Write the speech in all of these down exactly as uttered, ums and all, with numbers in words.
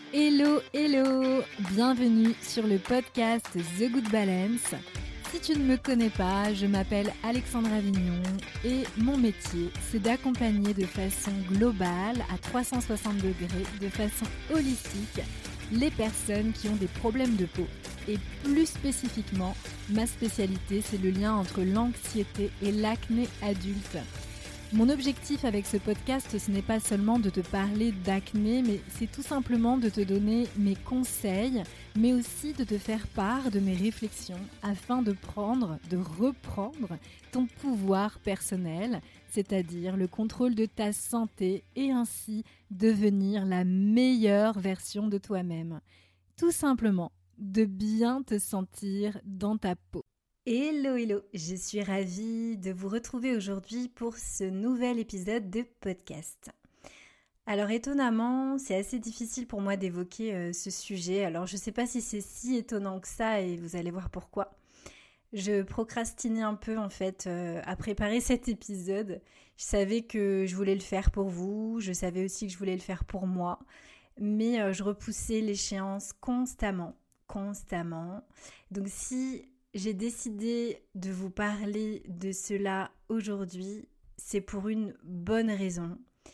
Hello, hello! Bienvenue sur le podcast The Good Balance. Si tu ne me connais pas, je m'appelle Alexandra Vignon et mon métier, c'est d'accompagner de façon globale, à trois cent soixante degrés, de façon holistique, les personnes qui ont des problèmes de peau. Et plus spécifiquement, ma spécialité, c'est le lien entre l'anxiété et l'acné adulte. Mon objectif avec ce podcast, ce n'est pas seulement de te parler d'acné, mais c'est tout simplement de te donner mes conseils, mais aussi de te faire part de mes réflexions afin de prendre, de reprendre ton pouvoir personnel, c'est-à-dire le contrôle de ta santé et ainsi devenir la meilleure version de toi-même. Tout simplement, de bien te sentir dans ta peau. Hello hello, je suis ravie de vous retrouver aujourd'hui pour ce nouvel épisode de podcast. Alors étonnamment, c'est assez difficile pour moi d'évoquer euh, ce sujet, alors je ne sais pas si c'est si étonnant que ça et vous allez voir pourquoi. Je procrastinais un peu en fait euh, à préparer cet épisode. Je savais que je voulais le faire pour vous, je savais aussi que je voulais le faire pour moi, mais euh, je repoussais l'échéance constamment, constamment. Donc si j'ai décidé de vous parler de cela aujourd'hui, c'est pour une bonne raison.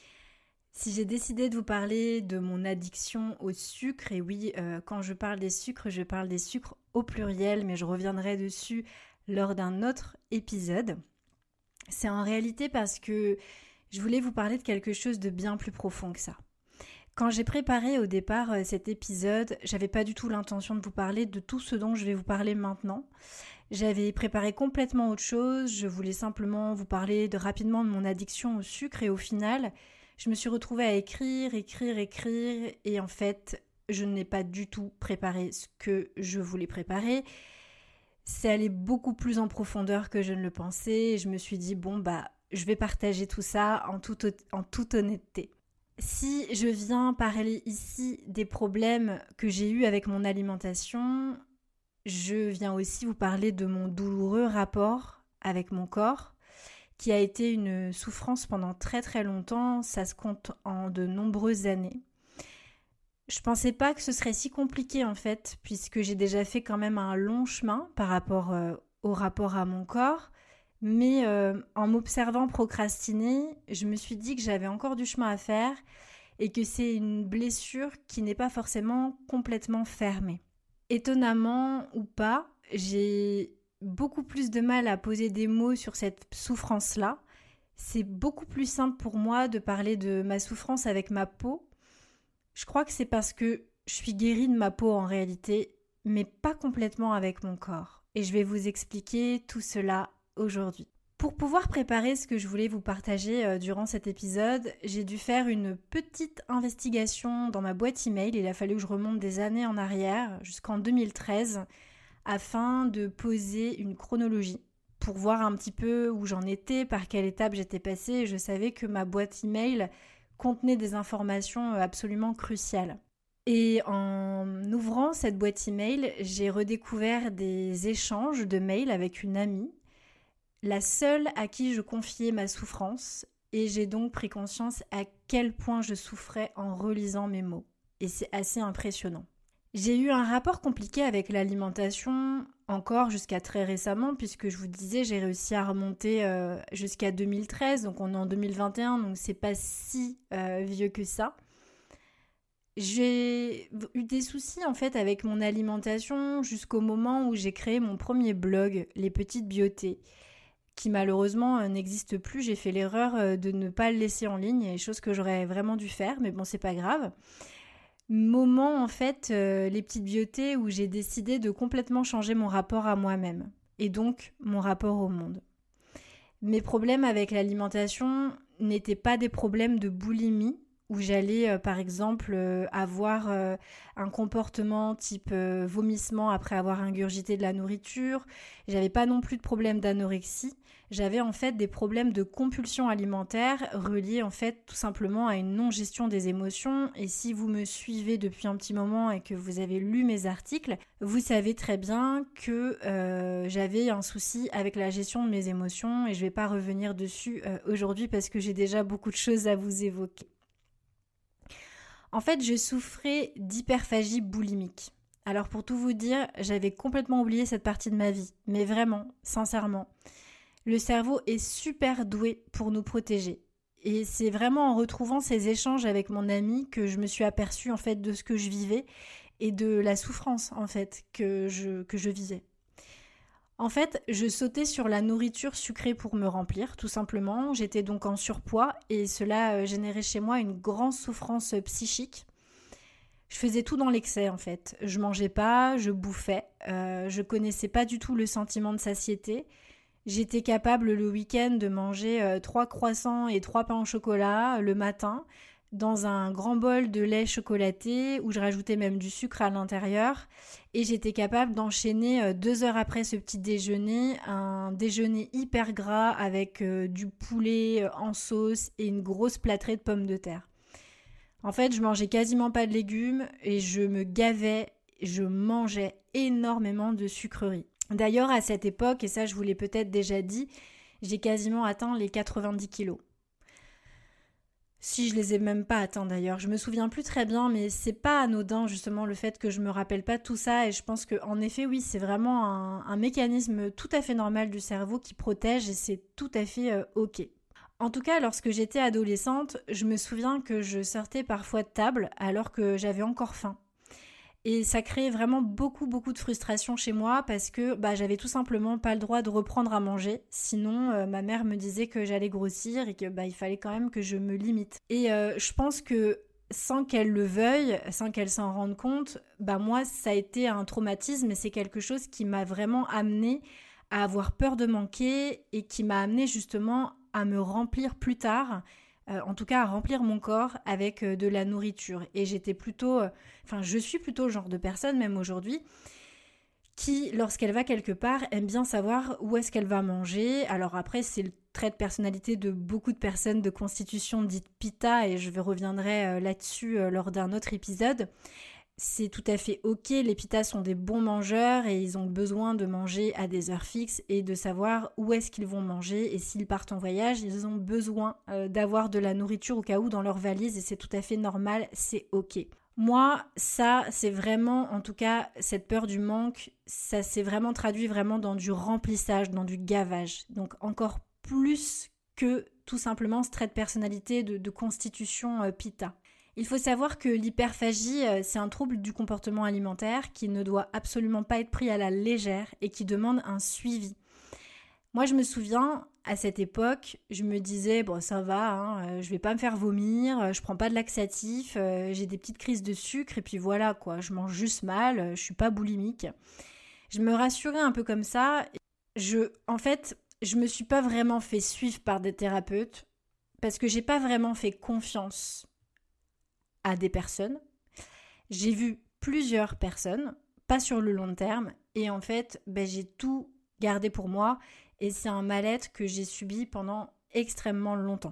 Si j'ai décidé de vous parler de mon addiction au sucre, et oui, euh, quand je parle des sucres, je parle des sucres au pluriel, mais je reviendrai dessus lors d'un autre épisode. C'est en réalité parce que je voulais vous parler de quelque chose de bien plus profond que ça. Quand j'ai préparé au départ cet épisode, j'avais pas du tout l'intention de vous parler de tout ce dont je vais vous parler maintenant. J'avais préparé complètement autre chose, je voulais simplement vous parler de, rapidement de mon addiction au sucre et au final, je me suis retrouvée à écrire, écrire, écrire et en fait, je n'ai pas du tout préparé ce que je voulais préparer. C'est allé beaucoup plus en profondeur que je ne le pensais et je me suis dit bon bah, je vais partager tout ça en toute, en toute honnêteté. Si je viens parler ici des problèmes que j'ai eus avec mon alimentation, je viens aussi vous parler de mon douloureux rapport avec mon corps, qui a été une souffrance pendant très très longtemps, ça se compte en de nombreuses années. Je pensais pas que ce serait si compliqué en fait, puisque j'ai déjà fait quand même un long chemin par rapport euh, au rapport à mon corps. Mais euh, en m'observant procrastiner, je me suis dit que j'avais encore du chemin à faire et que c'est une blessure qui n'est pas forcément complètement fermée. Étonnamment ou pas, j'ai beaucoup plus de mal à poser des mots sur cette souffrance-là. C'est beaucoup plus simple pour moi de parler de ma souffrance avec ma peau. Je crois que c'est parce que je suis guérie de ma peau en réalité, mais pas complètement avec mon corps. Et je vais vous expliquer tout cela aujourd'hui. Pour pouvoir préparer ce que je voulais vous partager euh, durant cet épisode, j'ai dû faire une petite investigation dans ma boîte email. Il a fallu que je remonte des années en arrière, jusqu'en deux mille treize, afin de poser une chronologie pour voir un petit peu où j'en étais, par quelle étape j'étais passée. Je savais que ma boîte email contenait des informations absolument cruciales. Et en ouvrant cette boîte email, j'ai redécouvert des échanges de mails avec une amie, la seule à qui je confiais ma souffrance, et j'ai donc pris conscience à quel point je souffrais en relisant mes mots. Et c'est assez impressionnant. J'ai eu un rapport compliqué avec l'alimentation, encore jusqu'à très récemment, puisque je vous disais, j'ai réussi à remonter euh, jusqu'à deux mille treize, donc on est en deux mille vingt et un, donc c'est pas si euh, vieux que ça. J'ai eu des soucis en fait avec mon alimentation jusqu'au moment où j'ai créé mon premier blog, Les Petites Beautés, qui malheureusement n'existe plus. J'ai fait l'erreur de ne pas le laisser en ligne, chose que j'aurais vraiment dû faire, mais bon, c'est pas grave. Moment en fait, euh, Les Petites Beautés, où j'ai décidé de complètement changer mon rapport à moi-même, et donc mon rapport au monde. Mes problèmes avec l'alimentation n'étaient pas des problèmes de boulimie, où j'allais euh, par exemple euh, avoir euh, un comportement type euh, vomissement après avoir ingurgité de la nourriture. J'avais pas non plus de problème d'anorexie. J'avais en fait des problèmes de compulsion alimentaire reliés en fait tout simplement à une non-gestion des émotions. Et si vous me suivez depuis un petit moment et que vous avez lu mes articles, vous savez très bien que euh, j'avais un souci avec la gestion de mes émotions et je vais pas revenir dessus euh, aujourd'hui parce que j'ai déjà beaucoup de choses à vous évoquer. En fait, je souffrais d'hyperphagie boulimique. Alors pour tout vous dire, j'avais complètement oublié cette partie de ma vie. Mais vraiment, sincèrement, le cerveau est super doué pour nous protéger. Et c'est vraiment en retrouvant ces échanges avec mon ami que je me suis aperçue en fait de ce que je vivais et de la souffrance en fait que je, que je vivais. En fait, je sautais sur la nourriture sucrée pour me remplir, tout simplement. J'étais donc en surpoids et cela générait chez moi une grande souffrance psychique. Je faisais tout dans l'excès en fait. Je mangeais pas, je bouffais. Euh, je connaissais pas du tout le sentiment de satiété. J'étais capable le week-end de manger euh, trois croissants et trois pains au chocolat le matin dans un grand bol de lait chocolaté où je rajoutais même du sucre à l'intérieur. Et j'étais capable d'enchaîner euh, deux heures après ce petit déjeuner, un déjeuner hyper gras avec euh, du poulet euh, en sauce et une grosse plâtrée de pommes de terre. En fait, je mangeais quasiment pas de légumes et je me gavais, je mangeais énormément de sucreries. D'ailleurs, à cette époque, et ça je vous l'ai peut-être déjà dit, j'ai quasiment atteint les quatre-vingt-dix kilos. Si je les ai même pas atteints d'ailleurs, je me souviens plus très bien, mais c'est pas anodin justement le fait que je me rappelle pas tout ça et je pense que en effet oui, c'est vraiment un, un mécanisme tout à fait normal du cerveau qui protège et c'est tout à fait euh, ok. En tout cas, lorsque j'étais adolescente, je me souviens que je sortais parfois de table alors que j'avais encore faim. Et ça créait vraiment beaucoup, beaucoup de frustration chez moi parce que bah, j'avais tout simplement pas le droit de reprendre à manger. Sinon, euh, ma mère me disait que j'allais grossir et que bah, il fallait quand même que je me limite. Et euh, je pense que sans qu'elle le veuille, sans qu'elle s'en rende compte, bah, moi, ça a été un traumatisme et c'est quelque chose qui m'a vraiment amenée à avoir peur de manquer et qui m'a amenée justement à me remplir plus tard, euh, en tout cas à remplir mon corps avec euh, de la nourriture. Et j'étais plutôt, euh, enfin je suis plutôt le genre de personne, même aujourd'hui, qui, lorsqu'elle va quelque part, aime bien savoir où est-ce qu'elle va manger. Alors après, c'est le trait de personnalité de beaucoup de personnes de constitution dite pitta, et je reviendrai euh, là-dessus euh, lors d'un autre épisode. C'est tout à fait ok, les pittas sont des bons mangeurs et ils ont besoin de manger à des heures fixes et de savoir où est-ce qu'ils vont manger et s'ils partent en voyage, ils ont besoin euh, d'avoir de la nourriture au cas où dans leur valise et c'est tout à fait normal, c'est ok. Moi, ça, c'est vraiment, en tout cas, cette peur du manque, ça s'est vraiment traduit vraiment dans du remplissage, dans du gavage. Donc encore plus que tout simplement ce trait de personnalité de, de constitution euh, pitta. Il faut savoir que l'hyperphagie, c'est un trouble du comportement alimentaire qui ne doit absolument pas être pris à la légère et qui demande un suivi. Moi, je me souviens, à cette époque, je me disais, bon, ça va, hein, je vais pas me faire vomir, je prends pas de laxatif, j'ai des petites crises de sucre et puis voilà, quoi, je mange juste mal, je suis pas boulimique. Je me rassurais un peu comme ça. Je, en fait, je me suis pas vraiment fait suivre par des thérapeutes parce que j'ai pas vraiment fait confiance à des personnes. J'ai vu plusieurs personnes, pas sur le long terme, et en fait, ben, j'ai tout gardé pour moi, et c'est un mal-être que j'ai subi pendant extrêmement longtemps.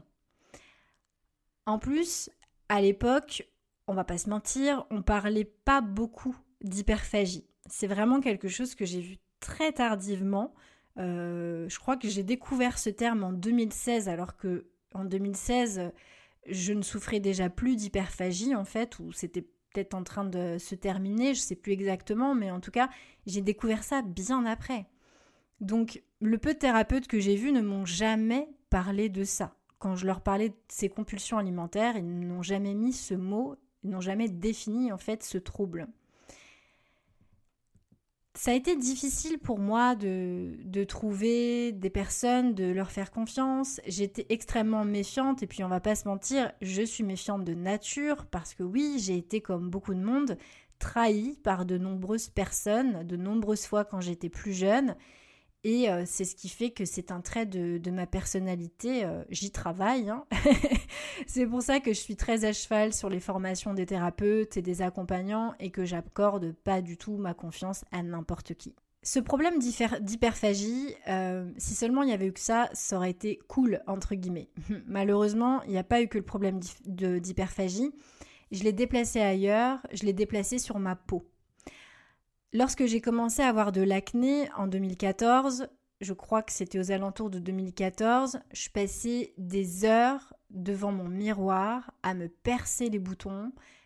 En plus, à l'époque, on va pas se mentir, on parlait pas beaucoup d'hyperphagie. C'est vraiment quelque chose que j'ai vu très tardivement. Euh, je crois que j'ai découvert ce terme en deux mille seize, alors que en deux mille seize, je ne souffrais déjà plus d'hyperphagie en fait, ou c'était peut-être en train de se terminer, je ne sais plus exactement, mais en tout cas, j'ai découvert ça bien après. Donc, le peu de thérapeutes que j'ai vus ne m'ont jamais parlé de ça. Quand je leur parlais de ces compulsions alimentaires, ils n'ont jamais mis ce mot, ils n'ont jamais défini en fait ce trouble. Ça a été difficile pour moi de, de trouver des personnes, de leur faire confiance. J'étais extrêmement méfiante et puis on va pas se mentir, je suis méfiante de nature parce que oui, j'ai été comme beaucoup de monde trahie par de nombreuses personnes, de nombreuses fois quand j'étais plus jeune. Et euh, c'est ce qui fait que c'est un trait de, de ma personnalité, euh, j'y travaille. Hein. C'est pour ça que je suis très à cheval sur les formations des thérapeutes et des accompagnants et que j'accorde pas du tout ma confiance à n'importe qui. Ce problème d'hyperphagie, euh, si seulement il y avait eu que ça, ça aurait été cool, entre guillemets. Malheureusement, il n'y a pas eu que le problème d'hyperphagie. Je l'ai déplacé ailleurs, je l'ai déplacé sur ma peau. Lorsque j'ai commencé à avoir de l'acné en deux mille quatorze, je crois que c'était aux alentours de deux mille quatorze, je passais des heures devant mon miroir à me percer les boutons,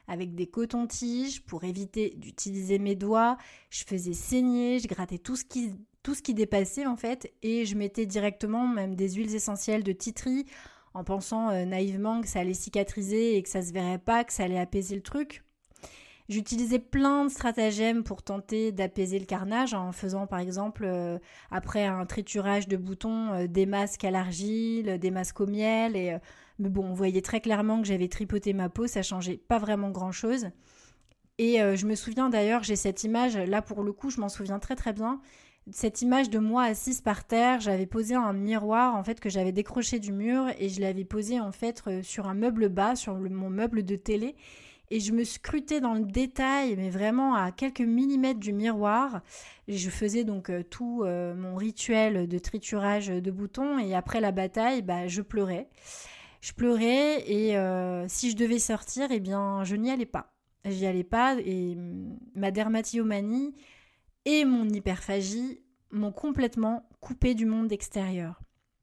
avec des cotons-tiges pour éviter d'utiliser mes doigts. Je faisais saigner, je grattais tout ce qui, tout ce qui dépassait en fait et je mettais directement même des huiles essentielles de tea tree en pensant euh, naïvement que ça allait cicatriser et que ça se verrait pas, que ça allait apaiser le truc. J'utilisais plein de stratagèmes pour tenter d'apaiser le carnage en faisant par exemple, euh, après un triturage de boutons, euh, des masques à l'argile, des masques au miel. Et, euh, mais bon, on voyait très clairement que j'avais tripoté ma peau, ça changeait pas vraiment grand-chose. Et euh, je me souviens d'ailleurs, j'ai cette image, là pour le coup, je m'en souviens très très bien, cette image de moi assise par terre. J'avais posé un miroir en fait que j'avais décroché du mur et je l'avais posé en fait euh, sur un meuble bas, sur le, mon meuble de télé. Et je me scrutais dans le détail, mais vraiment à quelques millimètres du miroir. Et je faisais donc euh, tout euh, mon rituel de triturage de boutons. Et après la bataille, bah, je pleurais. Je pleurais et euh, si je devais sortir, eh bien, je n'y allais pas. J'y allais pas et ma dermatillomanie et mon hyperphagie m'ont complètement coupé du monde extérieur.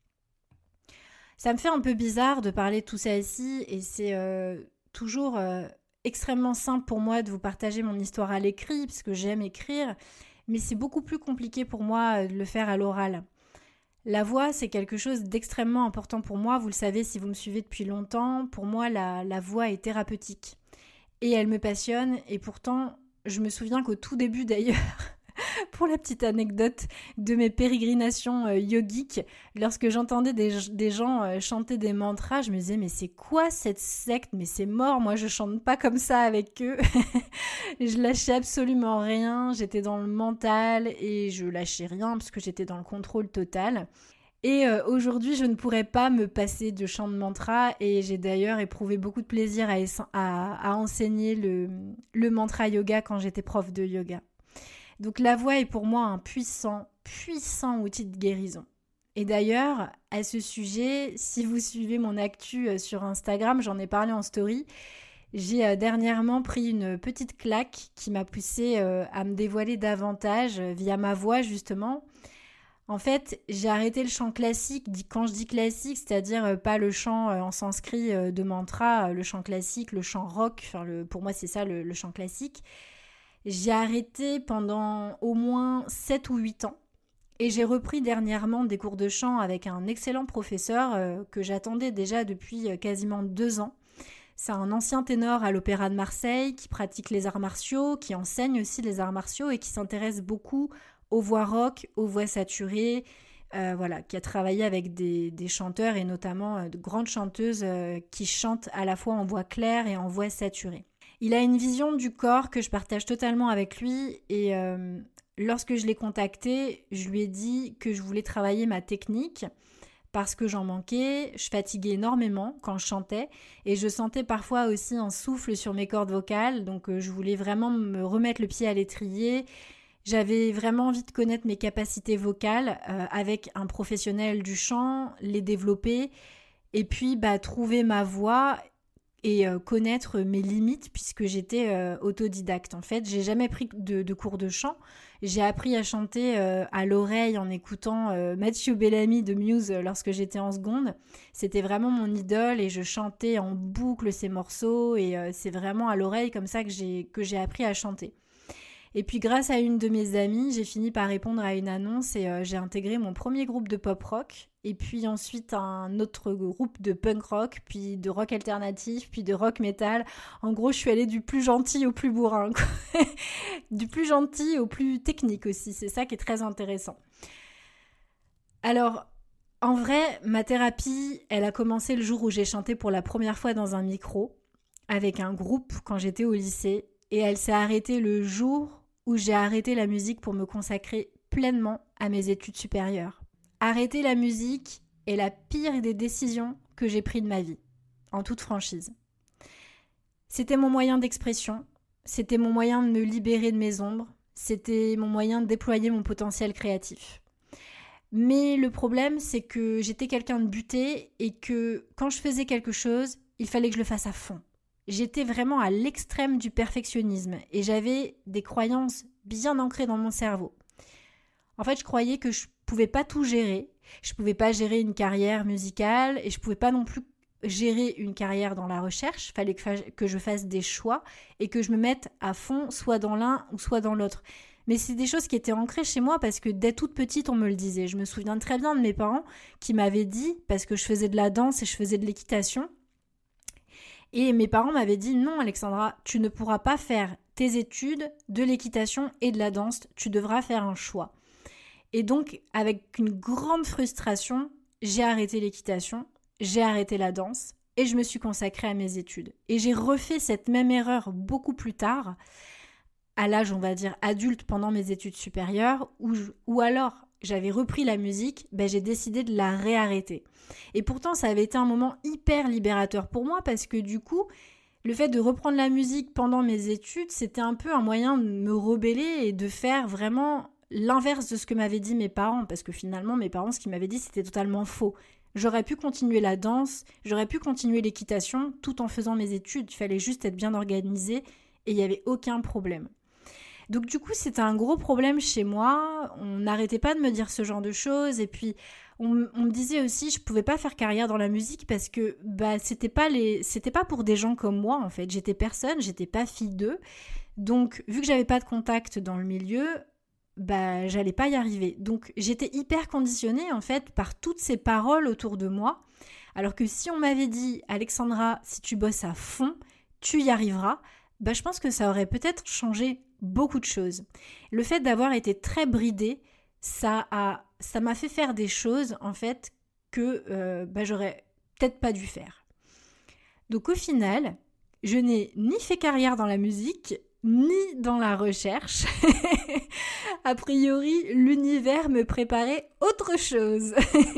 Ça me fait un peu bizarre de parler de tout ça ici et c'est euh, toujours... Euh, extrêmement simple pour moi de vous partager mon histoire à l'écrit, puisque j'aime écrire, mais c'est beaucoup plus compliqué pour moi de le faire à l'oral. La voix, c'est quelque chose d'extrêmement important pour moi, vous le savez si vous me suivez depuis longtemps, pour moi la, la voix est thérapeutique, et elle me passionne, et pourtant, je me souviens qu'au tout début d'ailleurs, pour la petite anecdote de mes pérégrinations euh, yogiques, lorsque j'entendais des, des gens euh, chanter des mantras, je me disais mais c'est quoi cette secte ? Mais c'est mort, moi je chante pas comme ça avec eux. Je lâchais absolument rien, j'étais dans le mental et je lâchais rien parce que j'étais dans le contrôle total. Et euh, aujourd'hui, je ne pourrais pas me passer de chant de mantra et j'ai d'ailleurs éprouvé beaucoup de plaisir à, à, à enseigner le, le mantra yoga quand j'étais prof de yoga. Donc la voix est pour moi un puissant, puissant outil de guérison. Et d'ailleurs, à ce sujet, si vous suivez mon actu sur Instagram, j'en ai parlé en story, j'ai euh, dernièrement pris une petite claque qui m'a poussée euh, à me dévoiler davantage euh, via ma voix justement. En fait, j'ai arrêté le chant classique, quand je dis classique, c'est-à-dire euh, pas le chant euh, en sanskrit euh, de mantra, euh, le chant classique, le chant rock, enfin le, pour moi c'est ça le, le chant classique. J'ai arrêté pendant au moins sept ou huit ans et j'ai repris dernièrement des cours de chant avec un excellent professeur euh, que j'attendais déjà depuis euh, quasiment deux ans. C'est un ancien ténor à l'Opéra de Marseille qui pratique les arts martiaux, qui enseigne aussi les arts martiaux et qui s'intéresse beaucoup aux voix rock, aux voix saturées, euh, voilà, qui a travaillé avec des, des chanteurs et notamment euh, de grandes chanteuses euh, qui chantent à la fois en voix claire et en voix saturée. Il a une vision du corps que je partage totalement avec lui et euh, lorsque je l'ai contacté, je lui ai dit que je voulais travailler ma technique parce que j'en manquais, je fatiguais énormément quand je chantais et je sentais parfois aussi un souffle sur mes cordes vocales, donc euh, je voulais vraiment me remettre le pied à l'étrier. J'avais vraiment envie de connaître mes capacités vocales euh, avec un professionnel du chant, les développer et puis bah, trouver ma voix et euh, connaître mes limites puisque j'étais euh, autodidacte. En fait, j'ai jamais pris de, de cours de chant. J'ai appris à chanter euh, à l'oreille en écoutant euh, Mathieu Bellamy de Muse lorsque j'étais en seconde. C'était vraiment mon idole et je chantais en boucle ces morceaux et euh, c'est vraiment à l'oreille comme ça que j'ai, que j'ai appris à chanter. Et puis grâce à une de mes amies, j'ai fini par répondre à une annonce et euh, j'ai intégré mon premier groupe de pop rock et puis ensuite un autre groupe de punk rock, puis de rock alternatif, puis de rock metal. En gros, je suis allée du plus gentil au plus bourrin, quoi. Du plus gentil au plus technique aussi, c'est ça qui est très intéressant. Alors, en vrai, ma thérapie, elle a commencé le jour où j'ai chanté pour la première fois dans un micro avec un groupe quand j'étais au lycée et elle s'est arrêtée le jour où j'ai arrêté la musique pour me consacrer pleinement à mes études supérieures. Arrêter la musique est la pire des décisions que j'ai prises de ma vie, en toute franchise. C'était mon moyen d'expression, c'était mon moyen de me libérer de mes ombres, c'était mon moyen de déployer mon potentiel créatif. Mais le problème, c'est que j'étais quelqu'un de buté et que quand je faisais quelque chose, il fallait que je le fasse à fond. J'étais vraiment à l'extrême du perfectionnisme et j'avais des croyances bien ancrées dans mon cerveau. En fait, je croyais que je pouvais pas tout gérer. Je pouvais pas gérer une carrière musicale et je pouvais pas non plus gérer une carrière dans la recherche, fallait que, que je fasse des choix et que je me mette à fond soit dans l'un ou soit dans l'autre. Mais c'est des choses qui étaient ancrées chez moi parce que dès toute petite, on me le disait. Je me souviens très bien de mes parents qui m'avaient dit, parce que je faisais de la danse et je faisais de l'équitation, et mes parents m'avaient dit « Non, Alexandra, tu ne pourras pas faire tes études de l'équitation et de la danse, tu devras faire un choix. » Et donc, avec une grande frustration, j'ai arrêté l'équitation, j'ai arrêté la danse et je me suis consacrée à mes études. Et j'ai refait cette même erreur beaucoup plus tard, à l'âge, on va dire, adulte pendant mes études supérieures, où, je, ou alors j'avais repris la musique, ben j'ai décidé de la réarrêter. Et pourtant, ça avait été un moment hyper libérateur pour moi parce que du coup, le fait de reprendre la musique pendant mes études, c'était un peu un moyen de me rebeller et de faire vraiment l'inverse de ce que m'avaient dit mes parents, parce que finalement, mes parents, ce qu'ils m'avaient dit, c'était totalement faux. J'aurais pu continuer la danse, j'aurais pu continuer l'équitation tout en faisant mes études. Il fallait juste être bien organisé et il n'y avait aucun problème. Donc du coup, c'était un gros problème chez moi. On n'arrêtait pas de me dire ce genre de choses. Et puis, on, on me disait aussi, je pouvais pas faire carrière dans la musique parce que bah c'était pas les, c'était pas pour des gens comme moi en fait. J'étais personne, j'étais pas fille d'eux. Donc, vu que j'avais pas de contact dans le milieu, bah j'allais pas y arriver. Donc, j'étais hyper conditionnée en fait par toutes ces paroles autour de moi. Alors que si on m'avait dit, Alexandra, si tu bosses à fond, tu y arriveras, bah je pense que ça aurait peut-être changé beaucoup de choses. Le fait d'avoir été très bridée, ça a, ça m'a fait faire des choses en fait que euh, bah, j'aurais peut-être pas dû faire. Donc au final, je n'ai ni fait carrière dans la musique, ni dans la recherche. A priori, l'univers me préparait autre chose.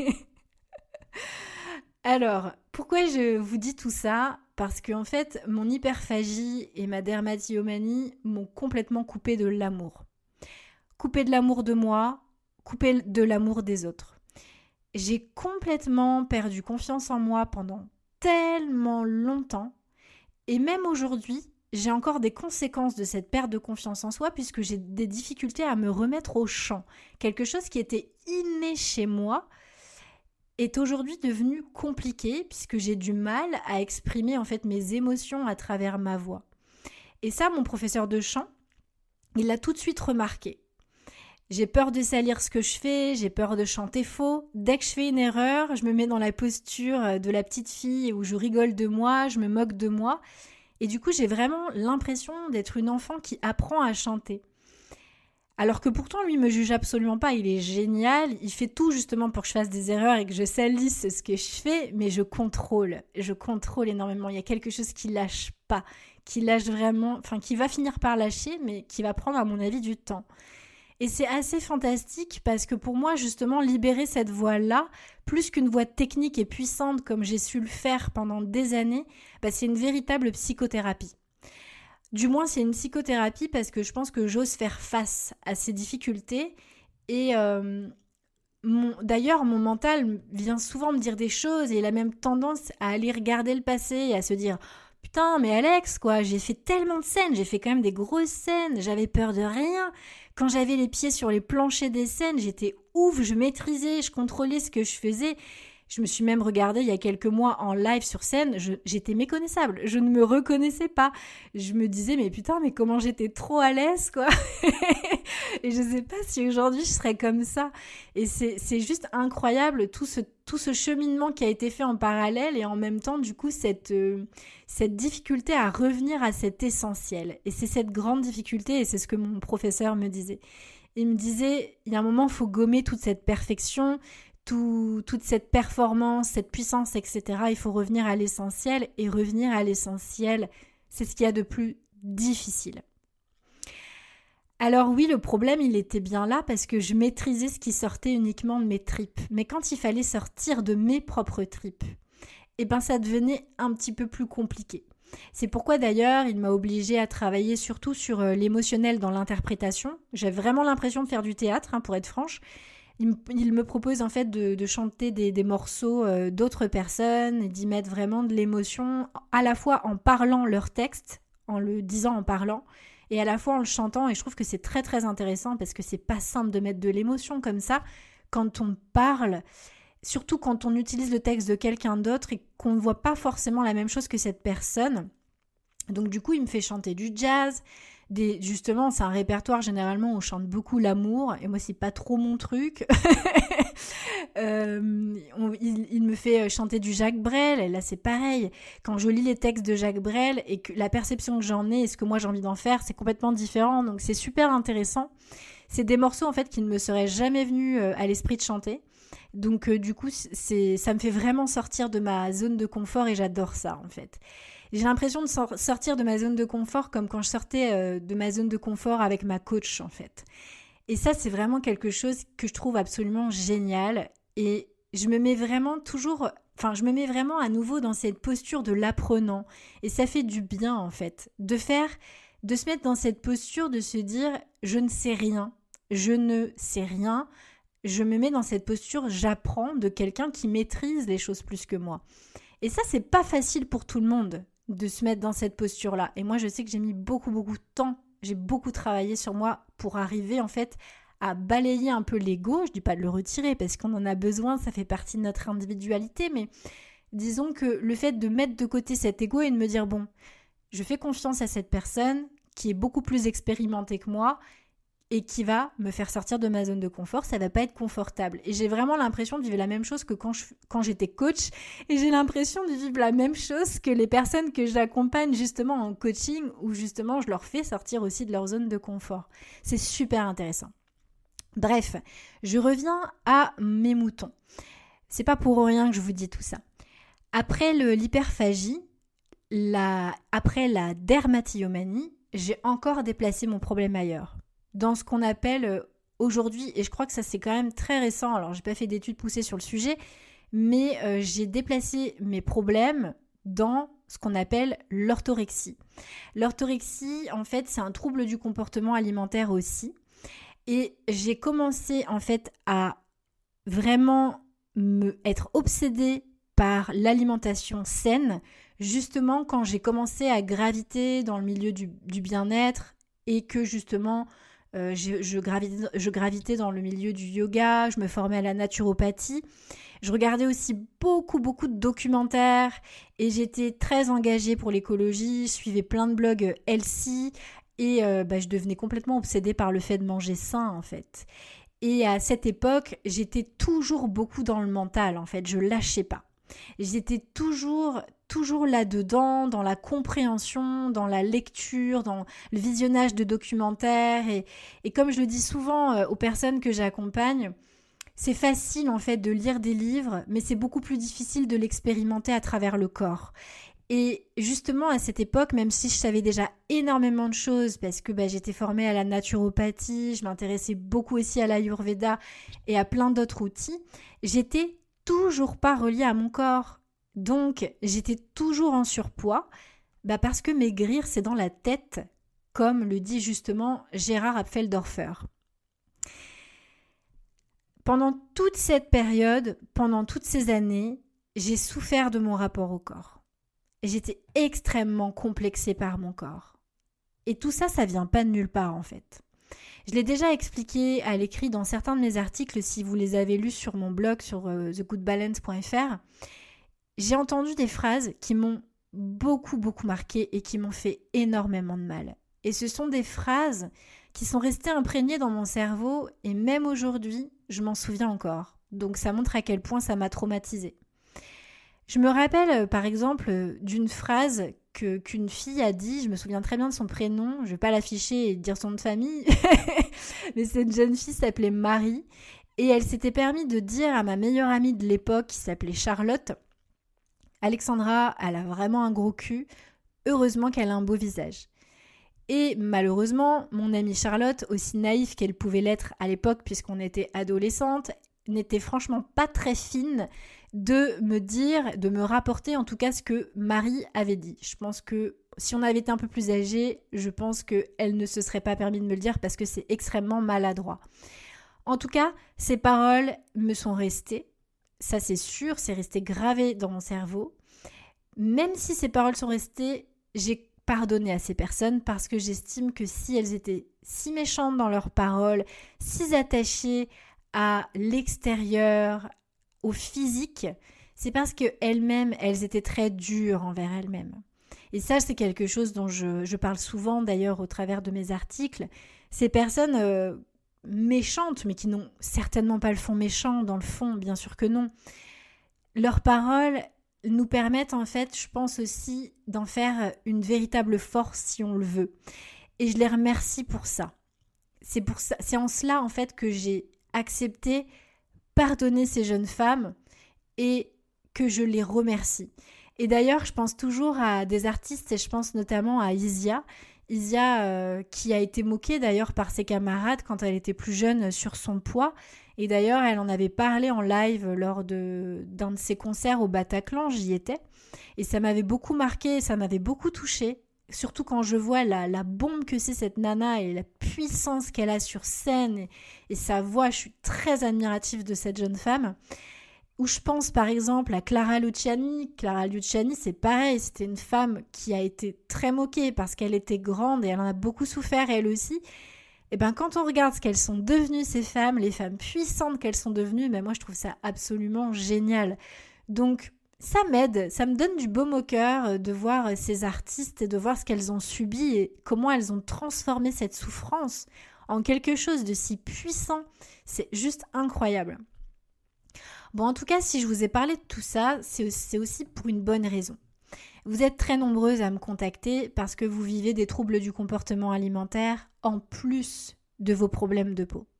Alors, pourquoi je vous dis tout ça ? Parce qu'en fait, mon hyperphagie et ma dermatillomanie m'ont complètement coupé de l'amour. Coupé de l'amour de moi, coupé de l'amour des autres. J'ai complètement perdu confiance en moi pendant tellement longtemps. Et même aujourd'hui, j'ai encore des conséquences de cette perte de confiance en soi puisque j'ai des difficultés à me remettre au chant. Quelque chose qui était inné chez moi est aujourd'hui devenu compliqué puisque j'ai du mal à exprimer en fait mes émotions à travers ma voix. Et ça, mon professeur de chant, il l'a tout de suite remarqué. J'ai peur de salir ce que je fais, j'ai peur de chanter faux. Dès que je fais une erreur, je me mets dans la posture de la petite fille où je rigole de moi, je me moque de moi. Et du coup, j'ai vraiment l'impression d'être une enfant qui apprend à chanter. Alors que pourtant, lui, me juge absolument pas. Il est génial. Il fait tout justement pour que je fasse des erreurs et que je salisse ce que je fais. Mais je contrôle. Je contrôle énormément. Il y a quelque chose qui lâche pas. Qui lâche vraiment... Enfin, qui va finir par lâcher, mais qui va prendre, à mon avis, du temps. Et c'est assez fantastique parce que pour moi, justement, libérer cette voix-là, plus qu'une voix technique et puissante comme j'ai su le faire pendant des années, bah, c'est une véritable psychothérapie. Du moins, c'est une psychothérapie parce que je pense que j'ose faire face à ces difficultés. Et euh, mon, d'ailleurs, mon mental vient souvent me dire des choses et il a même tendance à aller regarder le passé et à se dire « Putain, mais Alex, quoi, j'ai fait tellement de scènes, j'ai fait quand même des grosses scènes, j'avais peur de rien. Quand j'avais les pieds sur les planchers des scènes, j'étais ouf, je maîtrisais, je contrôlais ce que je faisais. » Je me suis même regardée il y a quelques mois en live sur scène, je, j'étais méconnaissable, je ne me reconnaissais pas. Je me disais, mais putain, mais comment j'étais trop à l'aise, quoi. Et je sais pas si aujourd'hui je serais comme ça. Et c'est, c'est juste incroyable tout ce, tout ce cheminement qui a été fait en parallèle et en même temps, du coup, cette, euh, cette difficulté à revenir à cet essentiel. Et c'est cette grande difficulté, et c'est ce que mon professeur me disait. Il me disait, il y a un moment, il faut gommer toute cette perfection, Tout, toute cette performance, cette puissance, et cetera. Il faut revenir à l'essentiel et revenir à l'essentiel, c'est ce qu'il y a de plus difficile. Alors oui, le problème, il était bien là parce que je maîtrisais ce qui sortait uniquement de mes tripes. Mais quand il fallait sortir de mes propres tripes, eh ben ça devenait un petit peu plus compliqué. C'est pourquoi d'ailleurs, il m'a obligée à travailler surtout sur l'émotionnel dans l'interprétation. J'ai vraiment l'impression de faire du théâtre, hein, pour être franche. Il me propose en fait de, de chanter des, des morceaux euh, d'autres personnes et d'y mettre vraiment de l'émotion, à la fois en parlant leur texte, en le disant en parlant, et à la fois en le chantant. Et je trouve que c'est très très intéressant parce que c'est pas simple de mettre de l'émotion comme ça quand on parle. surtout quand on utilise le texte de quelqu'un d'autre et qu'on ne voit pas forcément la même chose que cette personne. Donc du coup, il me fait chanter du jazz. Des, justement, c'est un répertoire généralement où on chante beaucoup l'amour, et moi, c'est pas trop mon truc. euh, on, il, il me fait chanter du Jacques Brel, et là, c'est pareil. Quand je lis les textes de Jacques Brel et que la perception que j'en ai et ce que moi j'ai envie d'en faire, c'est complètement différent. Donc, c'est super intéressant. C'est des morceaux, en fait, qui ne me seraient jamais venus à l'esprit de chanter. Donc, euh, du coup, c'est, ça me fait vraiment sortir de ma zone de confort et j'adore ça, en fait. J'ai l'impression de sor- sortir de ma zone de confort comme quand je sortais euh, de ma zone de confort avec ma coach, en fait. Et ça, c'est vraiment quelque chose que je trouve absolument génial. Et je me mets vraiment toujours... Enfin, je me mets vraiment à nouveau dans cette posture de l'apprenant. Et ça fait du bien, en fait, de faire... de se mettre dans cette posture de se dire « je ne sais rien, je ne sais rien ». Je me mets dans cette posture, j'apprends de quelqu'un qui maîtrise les choses plus que moi. Et ça, c'est pas facile pour tout le monde de se mettre dans cette posture-là. Et moi, je sais que j'ai mis beaucoup, beaucoup de temps, j'ai beaucoup travaillé sur moi pour arriver, en fait, à balayer un peu l'ego. Je dis pas de le retirer parce qu'on en a besoin, ça fait partie de notre individualité, mais disons que le fait de mettre de côté cet ego et de me dire, bon, je fais confiance à cette personne qui est beaucoup plus expérimentée que moi et qui va me faire sortir de ma zone de confort, ça va pas être confortable. Et j'ai vraiment l'impression de vivre la même chose que quand, je, quand j'étais coach, et j'ai l'impression de vivre la même chose que les personnes que j'accompagne justement en coaching, où justement je leur fais sortir aussi de leur zone de confort. C'est super intéressant. Bref, je reviens à mes moutons. C'est pas pour rien que je vous dis tout ça. Après le, l'hyperphagie, la, après la dermatillomanie, j'ai encore déplacé mon problème ailleurs. Dans ce qu'on appelle aujourd'hui, et je crois que ça c'est quand même très récent, alors j'ai pas fait d'études poussées sur le sujet, mais euh, j'ai déplacé mes problèmes dans ce qu'on appelle l'orthorexie. L'orthorexie, en fait, c'est un trouble du comportement alimentaire aussi, et j'ai commencé en fait à vraiment me être obsédée par l'alimentation saine, justement quand j'ai commencé à graviter dans le milieu du, du bien-être et que justement Euh, je, je, gravitais, je gravitais dans le milieu du yoga, je me formais à la naturopathie. Je regardais aussi beaucoup, beaucoup de documentaires et j'étais très engagée pour l'écologie. Je suivais plein de blogs healthy et euh, bah, je devenais complètement obsédée par le fait de manger sain, en fait. Et à cette époque, j'étais toujours beaucoup dans le mental, en fait. Je lâchais pas. J'étais toujours... toujours là-dedans, dans la compréhension, dans la lecture, dans le visionnage de documentaires. Et, et comme je le dis souvent euh, aux personnes que j'accompagne, c'est facile en fait de lire des livres, mais c'est beaucoup plus difficile de l'expérimenter à travers le corps. Et justement, à cette époque, même si je savais déjà énormément de choses, parce que bah, j'étais formée à la naturopathie, je m'intéressais beaucoup aussi à l'Ayurveda et à plein d'autres outils, j'étais toujours pas reliée à mon corps. Donc, j'étais toujours en surpoids, bah parce que maigrir, c'est dans la tête, comme le dit justement Gérard Apfeldorfer. Pendant toute cette période, pendant toutes ces années, j'ai souffert de mon rapport au corps. J'étais extrêmement complexée par mon corps. Et tout ça, ça vient pas de nulle part en fait. Je l'ai déjà expliqué à l'écrit dans certains de mes articles, si vous les avez lus sur mon blog, sur euh, the good balance point f r. J'ai entendu des phrases qui m'ont beaucoup, beaucoup marqué et qui m'ont fait énormément de mal. Et ce sont des phrases qui sont restées imprégnées dans mon cerveau et même aujourd'hui, je m'en souviens encore. Donc ça montre à quel point ça m'a traumatisée. Je me rappelle par exemple d'une phrase que, qu'une fille a dit, je me souviens très bien de son prénom, je ne vais pas l'afficher et dire son nom de famille, mais cette jeune fille s'appelait Marie et elle s'était permis de dire à ma meilleure amie de l'époque qui s'appelait Charlotte, Alexandra, elle a vraiment un gros cul, heureusement qu'elle a un beau visage. Et malheureusement, mon amie Charlotte, aussi naïve qu'elle pouvait l'être à l'époque puisqu'on était adolescente, n'était franchement pas très fine de me dire, de me rapporter en tout cas ce que Marie avait dit. Je pense que si on avait été un peu plus âgée, je pense qu'elle ne se serait pas permis de me le dire parce que c'est extrêmement maladroit. En tout cas, ces paroles me sont restées. Ça c'est sûr, c'est resté gravé dans mon cerveau. Même si ces paroles sont restées, j'ai pardonné à ces personnes parce que j'estime que si elles étaient si méchantes dans leurs paroles, si attachées à l'extérieur, au physique, c'est parce qu'elles-mêmes, elles étaient très dures envers elles-mêmes. Et ça, c'est quelque chose dont je, je parle souvent d'ailleurs au travers de mes articles. Ces personnes euh, méchantes, mais qui n'ont certainement pas le fond méchant dans le fond, bien sûr que non. Leurs paroles nous permettent en fait, je pense aussi, d'en faire une véritable force si on le veut. Et je les remercie pour ça. C'est, pour ça, c'est en cela en fait que j'ai accepté pardonner ces jeunes femmes et que je les remercie. Et d'ailleurs, je pense toujours à des artistes et je pense notamment à Isia. Isia euh, qui a été moquée d'ailleurs par ses camarades quand elle était plus jeune sur son poids. Et d'ailleurs, elle en avait parlé en live lors de, d'un de ses concerts au Bataclan, j'y étais. Et ça m'avait beaucoup marqué, ça m'avait beaucoup touchée. Surtout quand je vois la, la bombe que c'est cette nana et la puissance qu'elle a sur scène et, et sa voix. Je suis très admirative de cette jeune femme. Où je pense par exemple à Clara Luciani. Clara Luciani, c'est pareil, c'était une femme qui a été très moquée parce qu'elle était grande et elle en a beaucoup souffert elle aussi. Et bien quand on regarde ce qu'elles sont devenues ces femmes, les femmes puissantes qu'elles sont devenues, ben moi je trouve ça absolument génial. Donc ça m'aide, ça me donne du baume au cœur de voir ces artistes et de voir ce qu'elles ont subi et comment elles ont transformé cette souffrance en quelque chose de si puissant. C'est juste incroyable. Bon, en tout cas, si je vous ai parlé de tout ça, c'est, c'est aussi pour une bonne raison. Vous êtes très nombreuses à me contacter parce que vous vivez des troubles du comportement alimentaire en plus de vos problèmes de peau.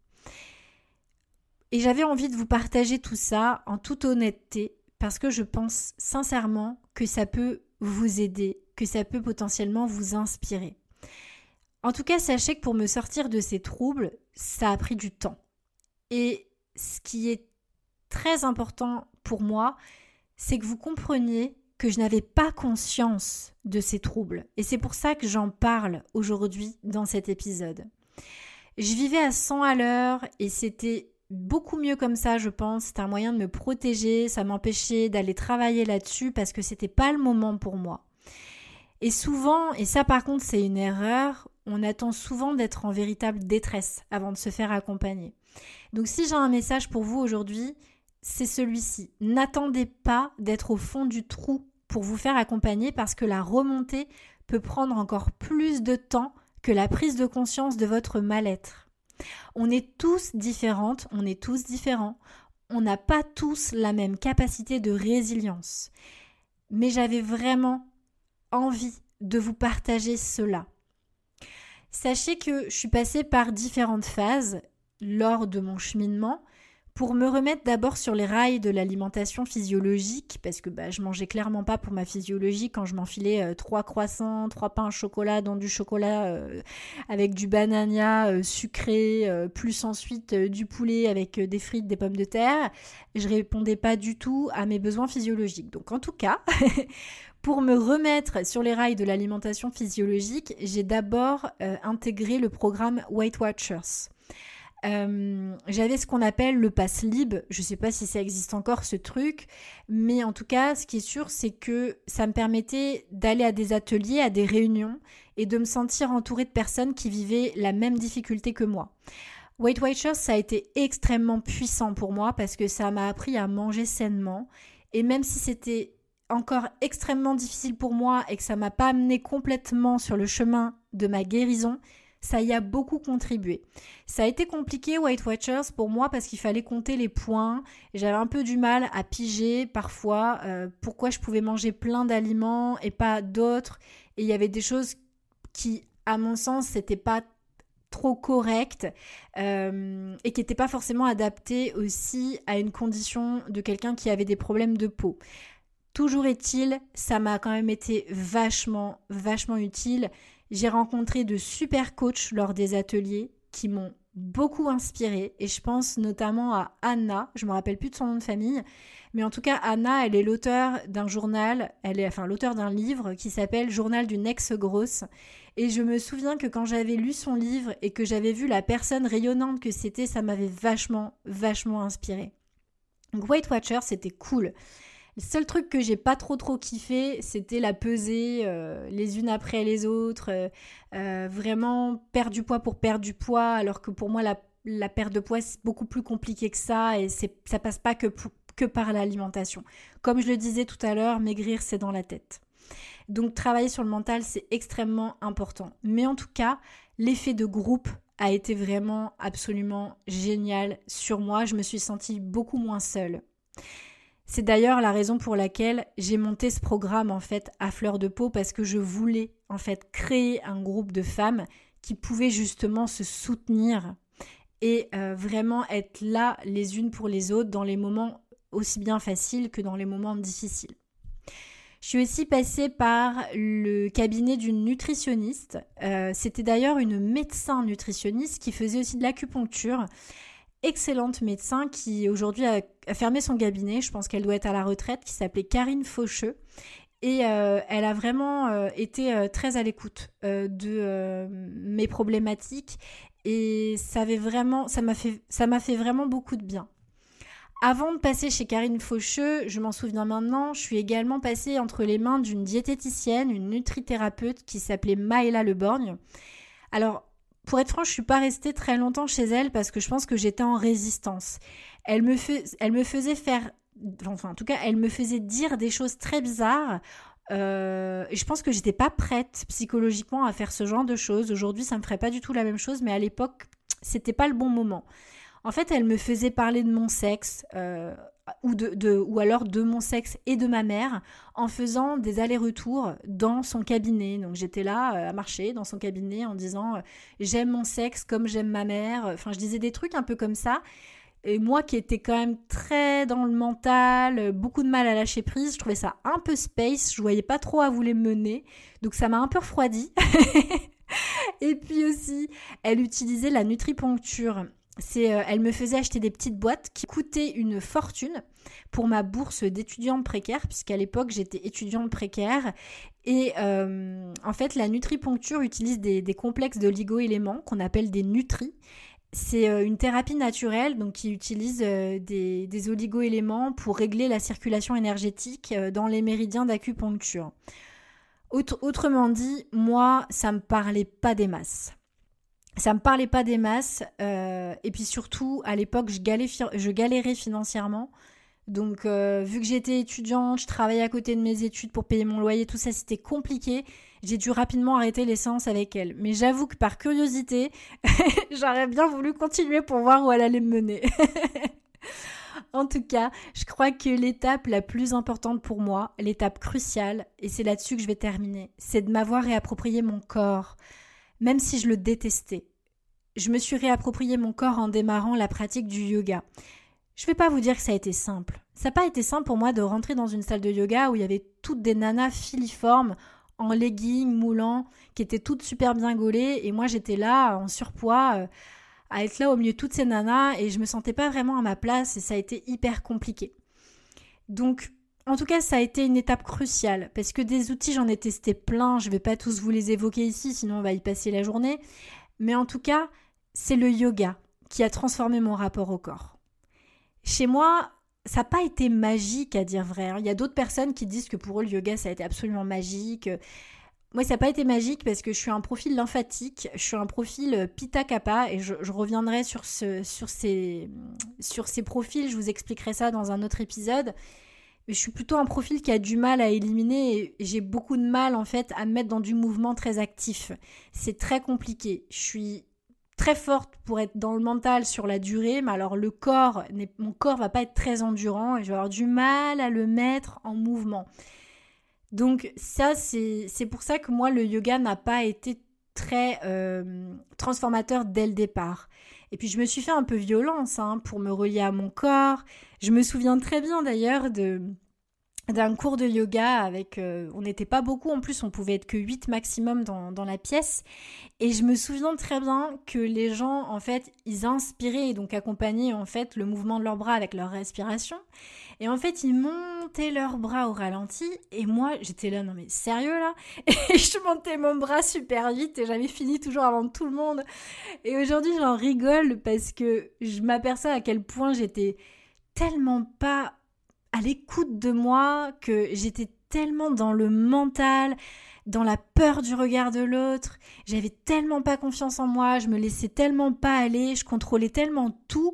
Et j'avais envie de vous partager tout ça en toute honnêteté parce que je pense sincèrement que ça peut vous aider, que ça peut potentiellement vous inspirer. En tout cas, sachez que pour me sortir de ces troubles, ça a pris du temps. Et ce qui est très important pour moi, c'est que vous compreniez que je n'avais pas conscience de ces troubles. Et c'est pour ça que j'en parle aujourd'hui dans cet épisode. Je vivais à cent à l'heure et c'était beaucoup mieux comme ça, je pense. C'était un moyen de me protéger, ça m'empêchait d'aller travailler là-dessus parce que c'était pas le moment pour moi. Et souvent, et ça par contre c'est une erreur, on attend souvent d'être en véritable détresse avant de se faire accompagner. Donc si j'ai un message pour vous aujourd'hui, c'est celui-ci. N'attendez pas d'être au fond du trou pour vous faire accompagner parce que la remontée peut prendre encore plus de temps que la prise de conscience de votre mal-être. On est tous différentes, on est tous différents. On n'a pas tous la même capacité de résilience. Mais j'avais vraiment envie de vous partager cela. Sachez que je suis passée par différentes phases lors de mon cheminement pour me remettre d'abord sur les rails de l'alimentation physiologique, parce que bah, je mangeais clairement pas pour ma physiologie quand je m'enfilais euh, trois croissants, trois pains au chocolat, dans du chocolat euh, avec du banania euh, sucré, euh, plus ensuite euh, du poulet avec euh, des frites, des pommes de terre. Je répondais pas du tout à mes besoins physiologiques. Donc en tout cas, pour me remettre sur les rails de l'alimentation physiologique, j'ai d'abord euh, intégré le programme Weight Watchers. Euh, j'avais ce qu'on appelle le pass Lib, je sais pas si ça existe encore ce truc, mais en tout cas ce qui est sûr c'est que ça me permettait d'aller à des ateliers, à des réunions et de me sentir entourée de personnes qui vivaient la même difficulté que moi. Weight Watchers, ça a été extrêmement puissant pour moi parce que ça m'a appris à manger sainement et même si c'était encore extrêmement difficile pour moi et que ça m'a pas amené complètement sur le chemin de ma guérison, ça y a beaucoup contribué. Ça a été compliqué, Weight Watchers, pour moi parce qu'il fallait compter les points. Et j'avais un peu du mal à piger parfois euh, pourquoi je pouvais manger plein d'aliments et pas d'autres. Et il y avait des choses qui, à mon sens, c'était pas trop correctes euh, et qui n'étaient pas forcément adaptées aussi à une condition de quelqu'un qui avait des problèmes de peau. Toujours est-il, ça m'a quand même été vachement, vachement utile. J'ai rencontré de super coachs lors des ateliers qui m'ont beaucoup inspirée et je pense notamment à Anna, je me rappelle plus de son nom de famille, mais en tout cas Anna, elle est l'auteure d'un journal, elle est enfin l'auteure d'un livre qui s'appelle Journal d'une ex-grosse et je me souviens que quand j'avais lu son livre et que j'avais vu la personne rayonnante que c'était, ça m'avait vachement, vachement inspirée. Donc Weight Watchers, c'était cool. Le seul truc que j'ai pas trop trop kiffé, c'était la pesée euh, les unes après les autres, euh, euh, vraiment perdre du poids pour perdre du poids, alors que pour moi la, la perte de poids c'est beaucoup plus compliqué que ça et c'est, ça passe pas que, pour, que par l'alimentation. Comme je le disais tout à l'heure, maigrir, c'est dans la tête. Donc travailler sur le mental, c'est extrêmement important. Mais en tout cas, l'effet de groupe a été vraiment absolument génial sur moi. Je me suis sentie beaucoup moins seule. C'est d'ailleurs la raison pour laquelle j'ai monté ce programme en fait à fleur de peau, parce que je voulais en fait créer un groupe de femmes qui pouvaient justement se soutenir et euh, vraiment être là les unes pour les autres dans les moments aussi bien faciles que dans les moments difficiles. Je suis aussi passée par le cabinet d'une nutritionniste. Euh, c'était d'ailleurs une médecin nutritionniste qui faisait aussi de l'acupuncture. Excellente médecin qui aujourd'hui a, a fermé son cabinet, je pense qu'elle doit être à la retraite, qui s'appelait Karine Faucheux. Et euh, elle a vraiment euh, été euh, très à l'écoute euh, de euh, mes problématiques et ça, avait vraiment, ça, m'a fait, ça m'a fait vraiment beaucoup de bien. Avant de passer chez Karine Faucheux, je m'en souviens maintenant, je suis également passée entre les mains d'une diététicienne, une nutrithérapeute qui s'appelait Maëla Leborgne. Alors, pour être franche, je ne suis pas restée très longtemps chez elle parce que je pense que j'étais en résistance. Elle me, fais, elle me faisait faire, enfin en tout cas, elle me faisait dire des choses très bizarres. Euh, et je pense que j'étais pas prête psychologiquement à faire ce genre de choses. Aujourd'hui, ça me ferait pas du tout la même chose, mais à l'époque, c'était pas le bon moment. En fait, elle me faisait parler de mon sexe, euh, ou, de, de, ou alors de mon sexe et de ma mère, en faisant des allers-retours dans son cabinet. Donc j'étais là euh, à marcher dans son cabinet en disant euh, « j'aime mon sexe comme j'aime ma mère ». Enfin, je disais des trucs un peu comme ça. Et moi qui étais quand même très dans le mental, beaucoup de mal à lâcher prise, je trouvais ça un peu space, je voyais pas trop à où les mener. Donc ça m'a un peu refroidi. Et puis aussi, elle utilisait la nutriponcture. C'est, euh, elle me faisait acheter des petites boîtes qui coûtaient une fortune pour ma bourse d'étudiante précaire, puisqu'à l'époque j'étais étudiante précaire. Et euh, en fait, la nutriponcture utilise des, des complexes d'oligo-éléments qu'on appelle des nutris. C'est euh, une thérapie naturelle donc, qui utilise euh, des, des oligo-éléments pour régler la circulation énergétique euh, dans les méridiens d'acupuncture. Autre, autrement dit, moi, ça me parlait pas des masses. Ça me parlait pas des masses, euh, et puis surtout, à l'époque, je galérais, je galérais financièrement. Donc, euh, vu que j'étais étudiante, je travaillais à côté de mes études pour payer mon loyer, tout ça, c'était compliqué. J'ai dû rapidement arrêter les séances avec elle. Mais j'avoue que par curiosité, j'aurais bien voulu continuer pour voir où elle allait me mener. En tout cas, je crois que l'étape la plus importante pour moi, l'étape cruciale, et c'est là-dessus que je vais terminer, c'est de m'avoir réapproprié mon corps. Même si je le détestais. Je me suis réapproprié mon corps en démarrant la pratique du yoga. Je ne vais pas vous dire que ça a été simple. Ça n'a pas été simple pour moi de rentrer dans une salle de yoga où il y avait toutes des nanas filiformes, en leggings, moulants, qui étaient toutes super bien gaulées. Et moi, j'étais là, en surpoids, euh, à être là au milieu de toutes ces nanas. Et je ne me sentais pas vraiment à ma place et ça a été hyper compliqué. Donc, en tout cas, ça a été une étape cruciale parce que des outils, j'en ai testé plein. Je ne vais pas tous vous les évoquer ici, sinon on va y passer la journée. Mais en tout cas, c'est le yoga qui a transformé mon rapport au corps. Chez moi, ça n'a pas été magique à dire vrai. Il y a d'autres personnes qui disent que pour eux, le yoga, ça a été absolument magique. Moi, ça n'a pas été magique parce que je suis un profil lymphatique, je suis un profil Pitta Kappa et je, je reviendrai sur, ce, sur, ces, sur ces profils. Je vous expliquerai ça dans un autre épisode. Je suis plutôt un profil qui a du mal à éliminer et j'ai beaucoup de mal en fait à me mettre dans du mouvement très actif. C'est très compliqué. Je suis très forte pour être dans le mental sur la durée, mais alors le corps, mon corps va pas être très endurant et je vais avoir du mal à le mettre en mouvement. Donc ça, c'est, c'est pour ça que moi, le yoga n'a pas été très euh, transformateur dès le départ. Et puis je me suis fait un peu violence hein, pour me relier à mon corps. Je me souviens très bien d'ailleurs de, d'un cours de yoga avec... Euh, on n'était pas beaucoup, en plus on pouvait être que huit maximum dans, dans la pièce. Et je me souviens très bien que les gens, en fait, ils inspiraient et donc accompagnaient en fait le mouvement de leurs bras avec leur respiration. Et en fait, ils montaient leurs bras au ralenti. Et moi, j'étais là, non mais sérieux là ? Et je montais mon bras super vite et j'avais fini toujours avant tout le monde. Et aujourd'hui, j'en rigole parce que je m'aperçois à quel point j'étais tellement pas à l'écoute de moi, que j'étais tellement dans le mental, dans la peur du regard de l'autre. J'avais tellement pas confiance en moi, je me laissais tellement pas aller, je contrôlais tellement tout.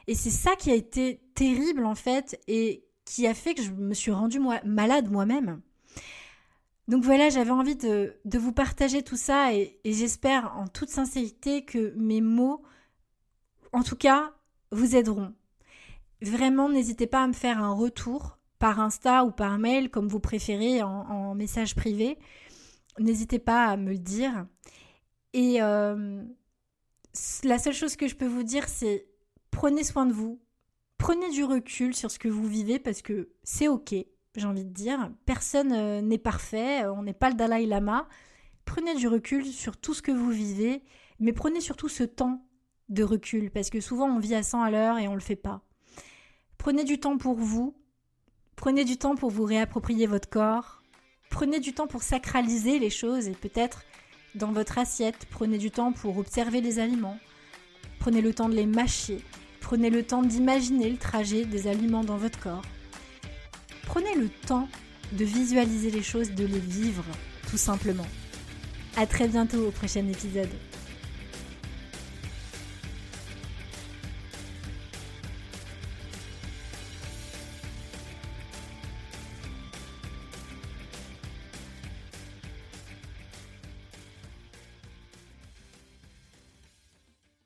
Et c'est ça qui a été terrible en fait et qui a fait que je me suis rendue moi, malade moi-même. Donc voilà, j'avais envie de, de vous partager tout ça et, et j'espère en toute sincérité que mes mots, en tout cas, vous aideront. Vraiment, n'hésitez pas à me faire un retour par Insta ou par mail, comme vous préférez, en, en message privé. N'hésitez pas à me le dire. Et euh, la seule chose que je peux vous dire, c'est prenez soin de vous. Prenez du recul sur ce que vous vivez parce que c'est ok, j'ai envie de dire. Personne euh, n'est parfait, on n'est pas le Dalai Lama. Prenez du recul sur tout ce que vous vivez, mais prenez surtout ce temps de recul parce que souvent on vit à cent à l'heure et on ne le fait pas. Prenez du temps pour vous, prenez du temps pour vous réapproprier votre corps, prenez du temps pour sacraliser les choses et peut-être dans votre assiette, prenez du temps pour observer les aliments, prenez le temps de les mâcher, prenez le temps d'imaginer le trajet des aliments dans votre corps. Prenez le temps de visualiser les choses, de les vivre, tout simplement. À très bientôt au prochain épisode.